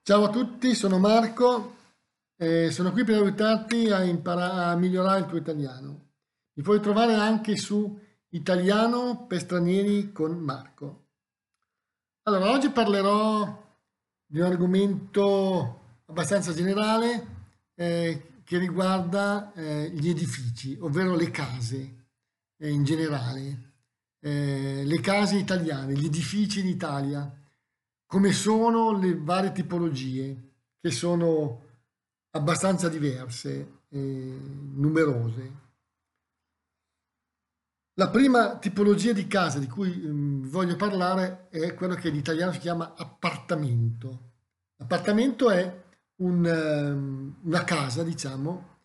Ciao a tutti, sono Marco e sono qui per aiutarti a imparare a migliorare il tuo italiano. Mi puoi trovare anche su Italiano per stranieri con Marco. Allora, oggi parlerò di un argomento abbastanza generale che riguarda gli edifici, ovvero le case in generale, le case italiane, gli edifici in Italia, come sono le varie tipologie, che sono abbastanza diverse e numerose. La prima tipologia di casa di cui voglio parlare è quello che in italiano si chiama appartamento. Appartamento è una casa, diciamo,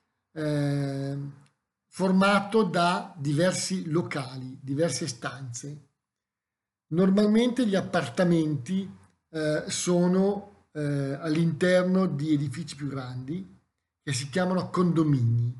formato da diversi locali, diverse stanze. Normalmente gli appartamenti sono all'interno di edifici più grandi che si chiamano condomini.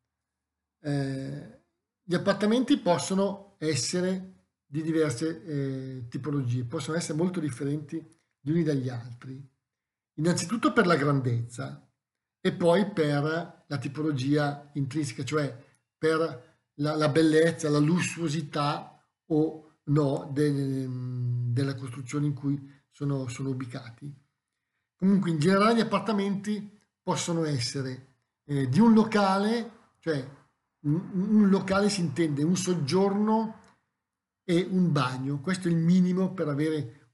Gli appartamenti possono essere di diverse tipologie, possono essere molto differenti gli uni dagli altri. Innanzitutto per la grandezza e poi per la tipologia intrinseca, cioè per la bellezza, la lussuosità o no della costruzione in cui sono ubicati. Comunque in generale gli appartamenti possono essere di un locale, cioè un locale si intende un soggiorno e un bagno. Questo è il minimo per avere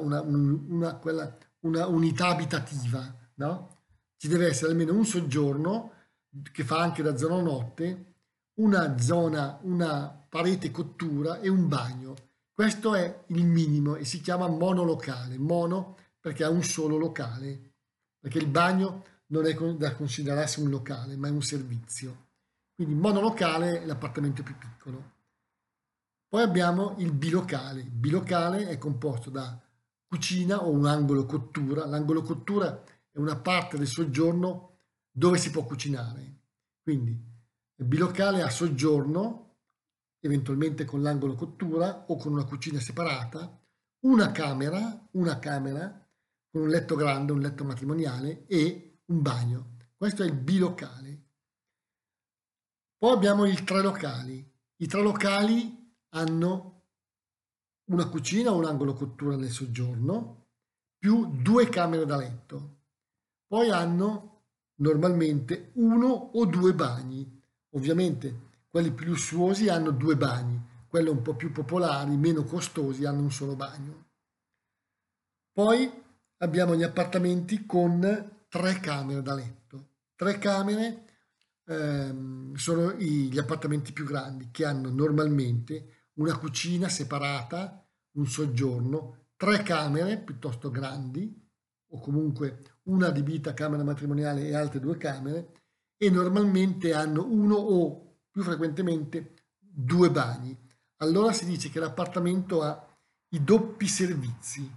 una unità abitativa, no? Ci deve essere almeno un soggiorno che fa anche da zona notte, una parete cottura e un bagno. Questo è il minimo e si chiama monolocale. Mono perché ha un solo locale, perché il bagno non è da considerarsi un locale, ma è un servizio. Quindi monolocale è l'appartamento più piccolo. Poi abbiamo il bilocale. Il bilocale è composto da cucina o un angolo cottura. L'angolo cottura è una parte del soggiorno dove si può cucinare. Quindi il bilocale a soggiorno, eventualmente con l'angolo cottura o con una cucina separata, una camera con un letto grande, un letto matrimoniale e un bagno. Questo è il bilocale. Poi abbiamo i tre locali. I tre locali hanno una cucina o un angolo cottura nel soggiorno, più due camere da letto. Poi hanno normalmente uno o due bagni. Ovviamente quelli più lussuosi hanno due bagni, quelli un po' più popolari, meno costosi, hanno un solo bagno. Poi abbiamo gli appartamenti con tre camere da letto. Tre camere sono gli appartamenti più grandi che hanno normalmente una cucina separata, un soggiorno, tre camere piuttosto grandi o comunque una adibita a camera matrimoniale e altre due camere e normalmente hanno uno o più frequentemente due bagni. Allora si dice che l'appartamento ha i doppi servizi.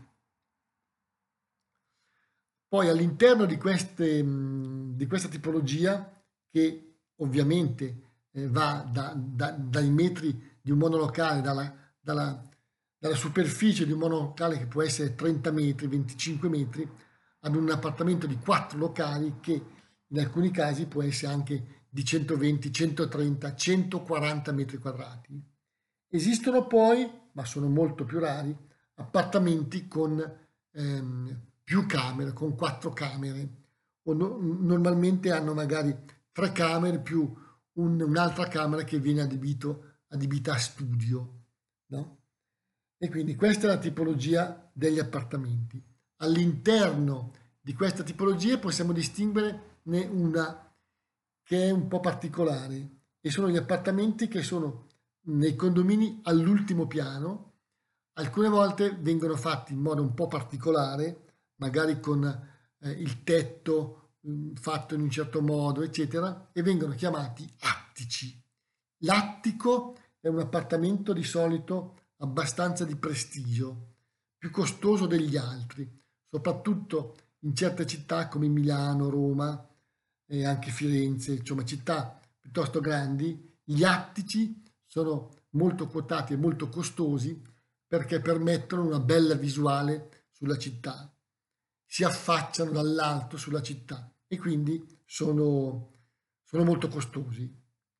Poi all'interno di questa tipologia, che ovviamente va dai metri di un monolocale, dalla superficie di un monolocale che può essere 30 metri, 25 metri, ad un appartamento di 4 locali che in alcuni casi può essere anche di 120, 130, 140 metri quadrati. Esistono poi, ma sono molto più rari, appartamenti con più camere, con 4 camere, o normalmente hanno magari 3 camere più un'altra camera che viene adibita a studio, no? E quindi questa è la tipologia degli appartamenti. All'interno di questa tipologia possiamo distinguerne una che è un po' particolare e sono gli appartamenti che sono nei condomini all'ultimo piano. Alcune volte vengono fatti in modo un po' particolare, magari con il tetto fatto in un certo modo, eccetera, e vengono chiamati attici. L'attico è un appartamento di solito abbastanza di prestigio, più costoso degli altri, soprattutto in certe città come Milano, Roma e anche Firenze, insomma città piuttosto grandi. Gli attici sono molto quotati e molto costosi perché permettono una bella visuale sulla città. si affacciano dall'alto sulla città e quindi sono molto costosi.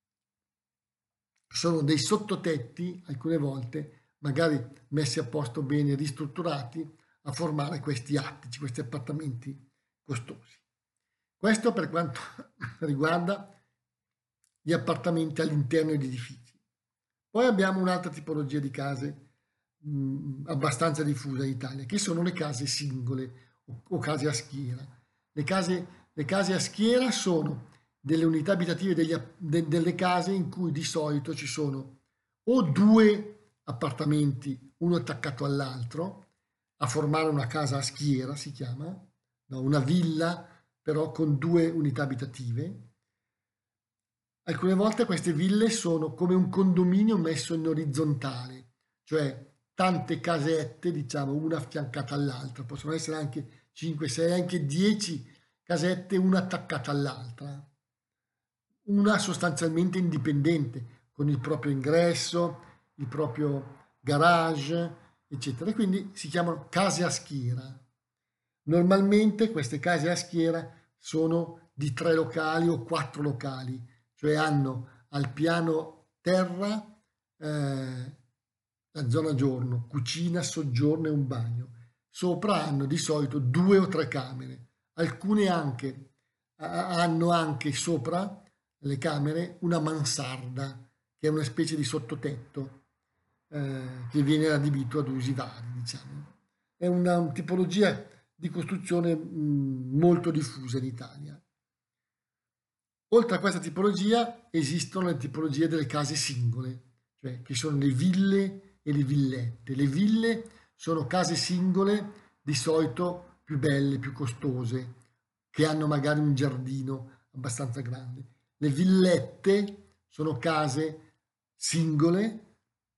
Sono dei sottotetti, alcune volte, magari messi a posto bene, ristrutturati, a formare questi attici, questi appartamenti costosi. Questo per quanto riguarda gli appartamenti all'interno di edifici. Poi abbiamo un'altra tipologia di case abbastanza diffusa in Italia, che sono le case singole o case a schiera. Le case a schiera sono delle unità abitative delle case in cui di solito ci sono o due appartamenti, uno attaccato all'altro, a formare una casa a schiera, si chiama, no? Una villa però con due unità abitative. Alcune volte queste ville sono come un condominio messo in orizzontale, cioè tante casette, diciamo, una affiancata all'altra, possono essere anche 5, 6, anche 10 casette, una attaccata all'altra, una sostanzialmente indipendente, con il proprio ingresso, il proprio garage, eccetera. E quindi si chiamano case a schiera. Normalmente queste case a schiera sono di 3 locali o 4 locali, cioè hanno al piano terra la zona giorno, cucina, soggiorno e un bagno. Sopra hanno di solito 2 o 3 camere, alcune anche hanno anche sopra le camere una mansarda, che è una specie di sottotetto che viene adibito ad usi vari, diciamo. È una tipologia di costruzione molto diffusa in Italia. Oltre a questa tipologia esistono le tipologie delle case singole, cioè che sono le ville e le villette. Le ville sono case singole, di solito più belle, più costose, che hanno magari un giardino abbastanza grande. Le villette sono case singole,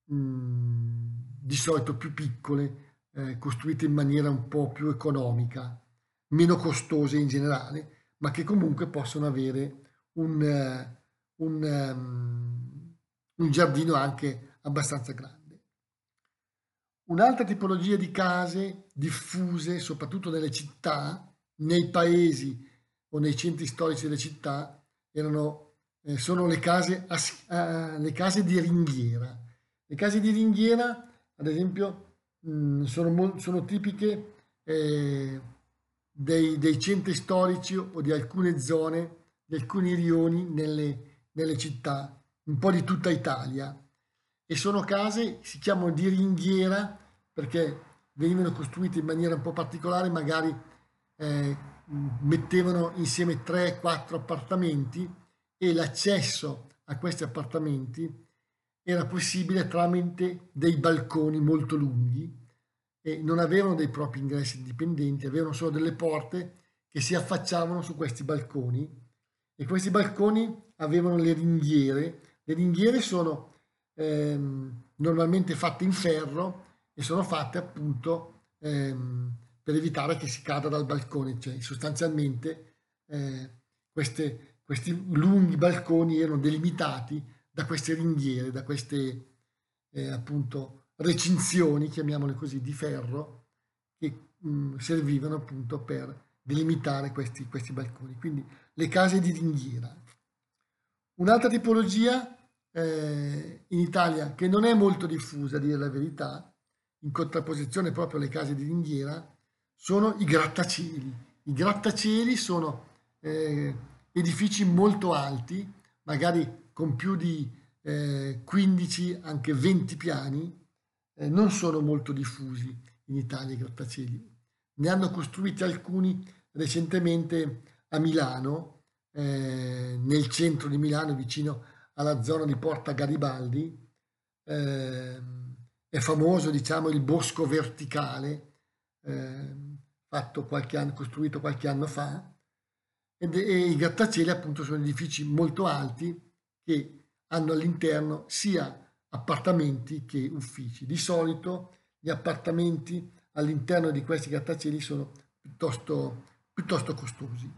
di solito più piccole, costruite in maniera un po' più economica, meno costose in generale, ma che comunque possono avere un giardino anche abbastanza grande. Un'altra tipologia di case diffuse soprattutto nelle città, nei paesi o nei centri storici delle città, sono le case di ringhiera. Le case di ringhiera, ad esempio, sono tipiche dei centri storici o di alcune zone, di alcuni rioni nelle città, un po' di tutta Italia. E sono case, si chiamano di ringhiera perché venivano costruite in maniera un po' particolare, magari mettevano insieme 3-4 appartamenti e l'accesso a questi appartamenti era possibile tramite dei balconi molto lunghi e non avevano dei propri ingressi indipendenti, avevano solo delle porte che si affacciavano su questi balconi e questi balconi avevano le ringhiere. Le ringhiere sono normalmente fatte in ferro e sono fatte appunto per evitare che si cada dal balcone, cioè sostanzialmente questi lunghi balconi erano delimitati da queste ringhiere, da queste appunto recinzioni, chiamiamole così, di ferro che servivano appunto per delimitare questi balconi, quindi le case di ringhiera. Un'altra tipologia in Italia che non è molto diffusa, a dire la verità, in contrapposizione proprio alle case di ringhiera, sono i grattacieli. I grattacieli sono edifici molto alti, magari con più di 15, anche 20 piani, non sono molto diffusi in Italia i grattacieli. Ne hanno costruiti alcuni recentemente a Milano, nel centro di Milano, vicino alla zona di Porta Garibaldi. È famoso, diciamo, il bosco verticale, costruito qualche anno fa, e i grattacieli appunto sono edifici molto alti che hanno all'interno sia appartamenti che uffici. Di solito gli appartamenti all'interno di questi grattacieli sono piuttosto costosi.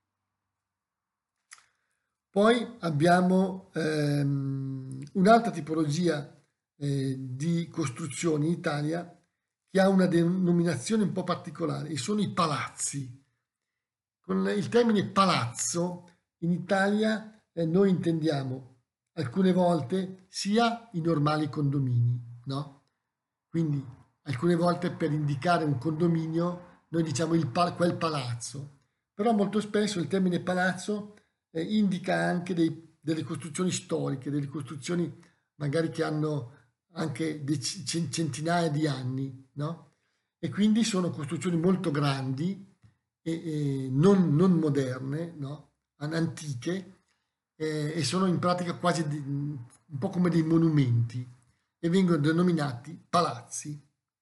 Poi abbiamo un'altra tipologia di costruzioni in Italia che ha una denominazione un po' particolare e sono i palazzi. Con il termine palazzo in Italia noi intendiamo alcune volte sia i normali condomini, no? Quindi alcune volte per indicare un condominio noi diciamo quel palazzo, però molto spesso il termine palazzo indica anche delle costruzioni storiche, delle costruzioni magari che hanno anche centinaia di anni, no? E quindi sono costruzioni molto grandi e non moderne, no? Antiche, e sono in pratica quasi un po' come dei monumenti e vengono denominati palazzi.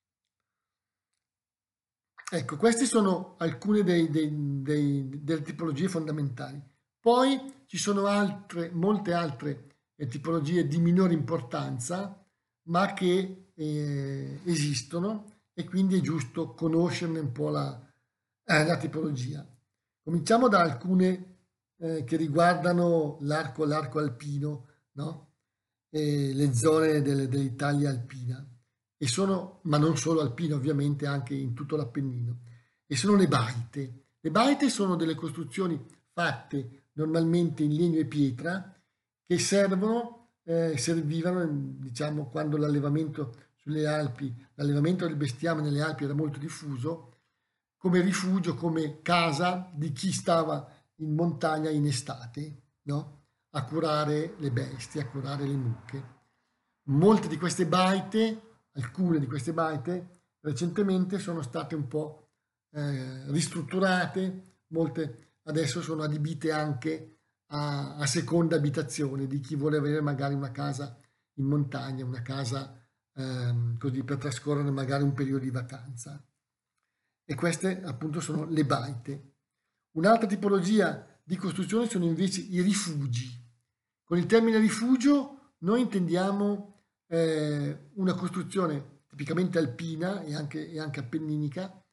Ecco, queste sono alcune delle tipologie fondamentali. Poi ci sono molte altre tipologie di minore importanza, ma che esistono e quindi è giusto conoscerne un po' la tipologia. Cominciamo da alcune che riguardano l'arco alpino, no? Le zone dell'Italia alpina, ma non solo alpina, ovviamente anche in tutto l'Appennino, e sono le baite. Le baite sono delle costruzioni fatte normalmente in legno e pietra che servivano, diciamo, quando l'allevamento sulle Alpi, l'allevamento del bestiame nelle Alpi era molto diffuso, come rifugio, come casa di chi stava in montagna in estate, no? A curare le bestie, a curare le mucche. Molte di queste baite, alcune di queste baite, recentemente sono state un po' ristrutturate, molte adesso sono adibite anche a seconda abitazione di chi vuole avere magari una casa in montagna, una casa così per trascorrere magari un periodo di vacanza. E queste appunto sono le baite. Un'altra tipologia di costruzione sono invece i rifugi. Con il termine rifugio noi intendiamo una costruzione tipicamente alpina e anche appenninica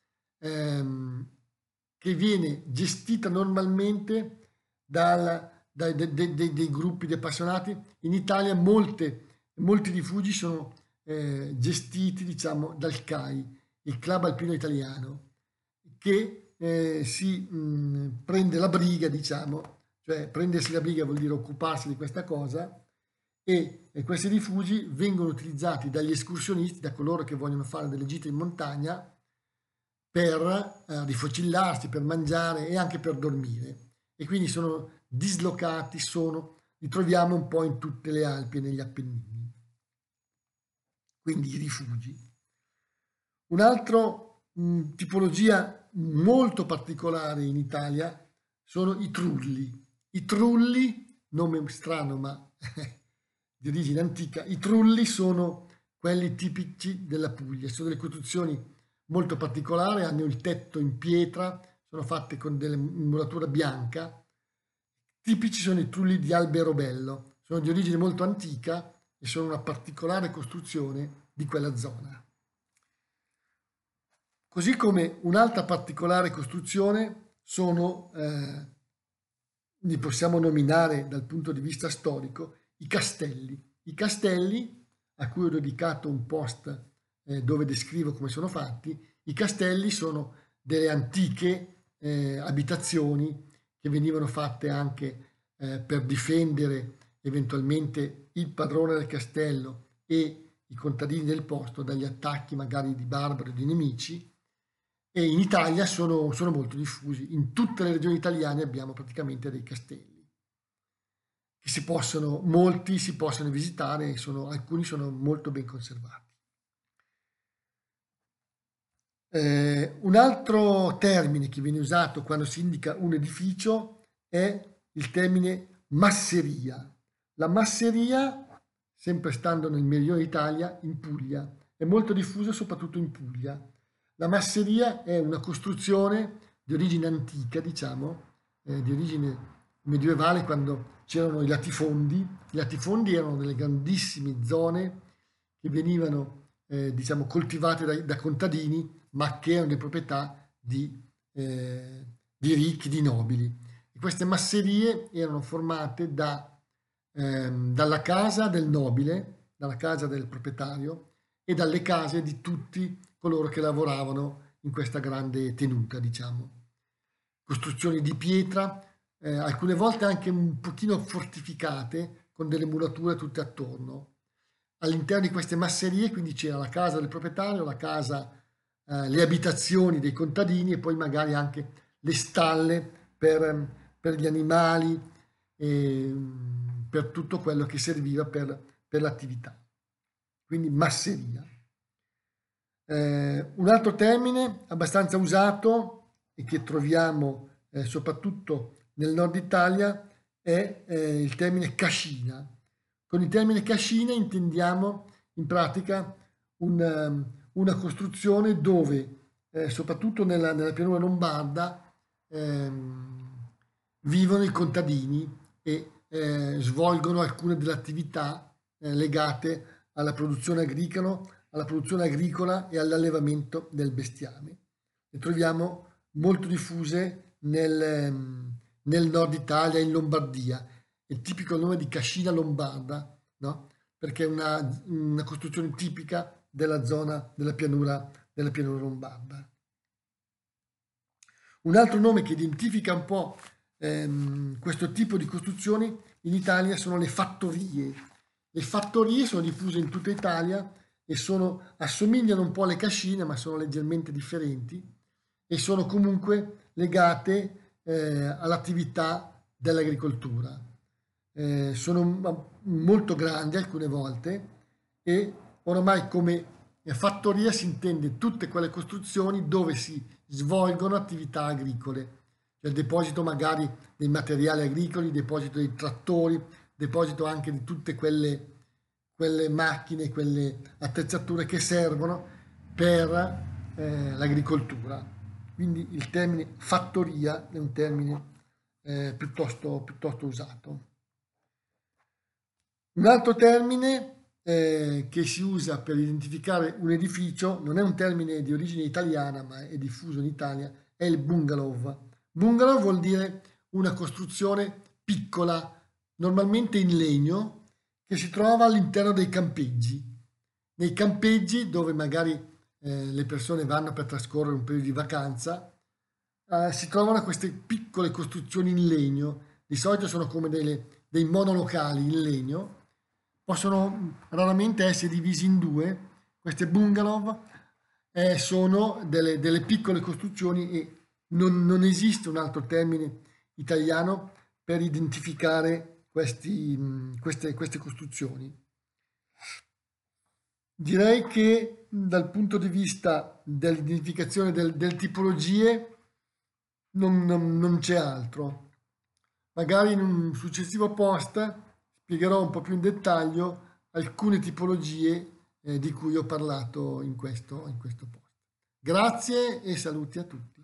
che viene gestita normalmente dei gruppi di appassionati. In Italia molti rifugi sono gestiti, diciamo, dal CAI, il Club Alpino Italiano, che si prende la briga, diciamo, cioè prendersi la briga vuol dire occuparsi di questa cosa, e questi rifugi vengono utilizzati dagli escursionisti, da coloro che vogliono fare delle gite in montagna, per rifocillarsi, per mangiare e anche per dormire. E quindi sono dislocati, li troviamo un po' in tutte le Alpi e negli Appennini. Quindi i rifugi. Un'altra tipologia molto particolare in Italia sono i trulli. I trulli, nome strano ma di origine antica, i trulli sono quelli tipici della Puglia, sono delle costruzioni molto particolari, hanno il tetto in pietra, sono fatte con delle muratura bianca. Tipici sono i trulli di Alberobello, sono di origine molto antica e sono una particolare costruzione di quella zona. Così come un'altra particolare costruzione sono, li possiamo nominare dal punto di vista storico, i castelli. I castelli, a cui ho dedicato un post dove descrivo come sono fatti, i castelli sono delle antiche abitazioni che venivano fatte anche per difendere eventualmente il padrone del castello e i contadini del posto dagli attacchi magari di barbari o di nemici, e in Italia sono molto diffusi. In tutte le regioni italiane abbiamo praticamente dei castelli che molti si possono visitare, alcuni sono molto ben conservati. Un altro termine che viene usato quando si indica un edificio è il termine masseria. La masseria, sempre stando nel meridione d'Italia, in Puglia, è molto diffusa soprattutto in Puglia. La masseria è una costruzione di origine antica, diciamo, di origine medievale, quando c'erano i latifondi. I latifondi erano delle grandissime zone che venivano diciamo, coltivate da contadini, ma che erano di proprietà di ricchi, di nobili. E queste masserie erano formate dalla casa del nobile, dalla casa del proprietario e dalle case di tutti coloro che lavoravano in questa grande tenuta, diciamo. Costruzioni di pietra, alcune volte anche un pochino fortificate, con delle murature tutte attorno. All'interno di queste masserie quindi c'era la casa del proprietario, la casa, le abitazioni dei contadini e poi magari anche le stalle per gli animali, e, per tutto quello che serviva per l'attività. Quindi masseria. Un altro termine abbastanza usato e che troviamo soprattutto nel nord Italia è il termine cascina. Con il termine cascina intendiamo in pratica una costruzione dove, soprattutto nella pianura lombarda, vivono i contadini e svolgono alcune delle attività legate alla produzione agricola e all'allevamento del bestiame. Le troviamo molto diffuse nel nord Italia, in Lombardia. È il tipico nome di cascina lombarda, no? Perché è una costruzione tipica della zona della pianura lombarda. Un altro nome che identifica un po' questo tipo di costruzioni in Italia sono le fattorie. Le fattorie sono diffuse in tutta Italia e assomigliano un po' alle cascine, ma sono leggermente differenti e sono comunque legate all'attività dell'agricoltura. Sono molto grandi alcune volte e oramai come fattoria si intende tutte quelle costruzioni dove si svolgono attività agricole, cioè il deposito magari dei materiali agricoli, il deposito dei trattori, deposito anche di tutte quelle macchine, quelle attrezzature che servono per l'agricoltura. Quindi il termine fattoria è un termine piuttosto usato. Un altro termine che si usa per identificare un edificio, non è un termine di origine italiana ma è diffuso in Italia, è il bungalow. Bungalow vuol dire una costruzione piccola, normalmente in legno, che si trova all'interno dei campeggi. Nei campeggi dove magari le persone vanno per trascorrere un periodo di vacanza, si trovano queste piccole costruzioni in legno, di solito sono come dei monolocali in legno, possono raramente essere divisi in due. Queste bungalow sono delle piccole costruzioni e non esiste un altro termine italiano per identificare queste costruzioni. Direi che dal punto di vista dell'identificazione del tipologie non c'è altro. Magari in un successivo post spiegherò un po' più in dettaglio alcune tipologie di cui ho parlato in questo post. Grazie e saluti a tutti.